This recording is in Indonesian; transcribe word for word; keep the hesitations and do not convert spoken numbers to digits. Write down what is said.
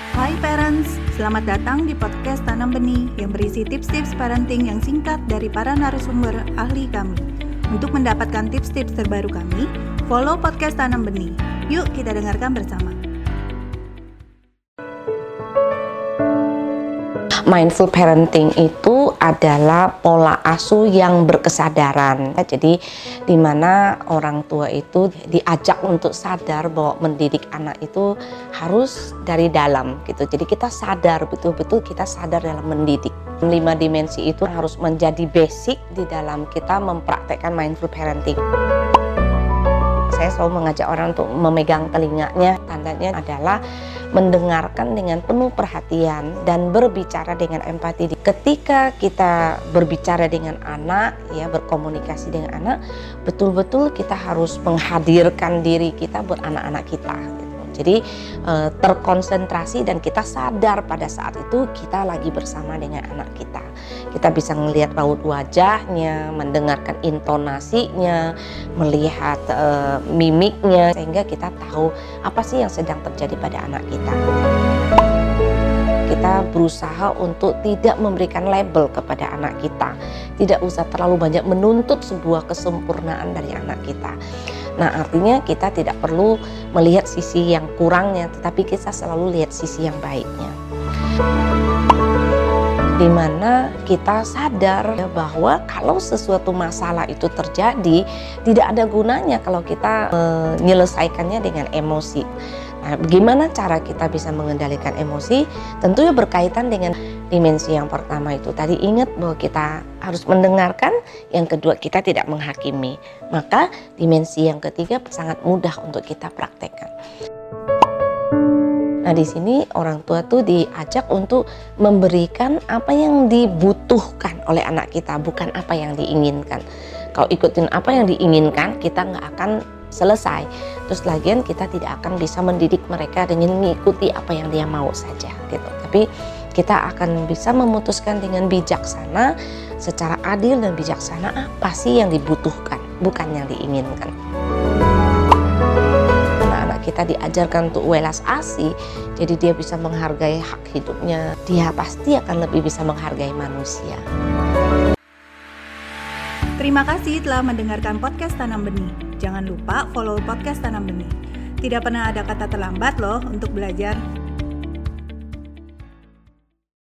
Hai parents, selamat datang di podcast Tanam Benih yang berisi tips-tips parenting yang singkat dari para narasumber ahli kami. Untuk mendapatkan tips-tips terbaru kami, follow podcast Tanam Benih. Yuk kita dengarkan bersama. Mindful parenting itu adalah pola asuh yang berkesadaran. Jadi di mana orang tua itu diajak untuk sadar bahwa mendidik anak itu harus dari dalam gitu. Jadi kita sadar, betul-betul kita sadar dalam mendidik. Lima dimensi itu harus menjadi basic di dalam kita mempraktekkan mindful parenting. Saya selalu mengajak orang untuk memegang telinganya. Tandanya adalah mendengarkan dengan penuh perhatian dan berbicara dengan empati. Ketika kita berbicara dengan anak, ya berkomunikasi dengan anak, betul-betul kita harus menghadirkan diri kita buat anak-anak kita. Jadi eh, terkonsentrasi dan kita sadar pada saat itu kita lagi bersama dengan anak kita. Kita bisa melihat raut wajahnya, mendengarkan intonasinya, melihat eh, mimiknya, sehingga kita tahu apa sih yang sedang terjadi pada anak kita. Kita berusaha untuk tidak memberikan label kepada anak kita. Tidak usah terlalu banyak menuntut sebuah kesempurnaan dari anak kita. Nah, artinya kita tidak perlu melihat sisi yang kurangnya, tetapi kita selalu lihat sisi yang baiknya. Di mana kita sadar bahwa kalau sesuatu masalah itu terjadi, tidak ada gunanya kalau kita menyelesaikannya dengan emosi. Nah, bagaimana cara kita bisa mengendalikan emosi? Tentunya berkaitan dengan dimensi yang pertama itu. Tadi ingat bahwa kita harus mendengarkan, yang kedua kita tidak menghakimi. Maka dimensi yang ketiga sangat mudah untuk kita praktekkan. Nah, di sini orang tua tuh diajak untuk memberikan apa yang dibutuhkan oleh anak kita, bukan apa yang diinginkan. Kalau ikutin apa yang diinginkan, kita nggak akan selesai. Terus lagian kita tidak akan bisa mendidik mereka dengan mengikuti apa yang dia mau saja gitu. Tapi kita akan bisa memutuskan dengan bijaksana, secara adil dan bijaksana apa sih yang dibutuhkan, bukan yang diinginkan. Anak-anak kita diajarkan untuk welas asih, jadi dia bisa menghargai hak hidupnya. Dia pasti akan lebih bisa menghargai manusia. Terima kasih telah mendengarkan podcast Tanam Benih. Jangan lupa follow podcast Tanam Benih. Tidak pernah ada kata terlambat loh untuk belajar.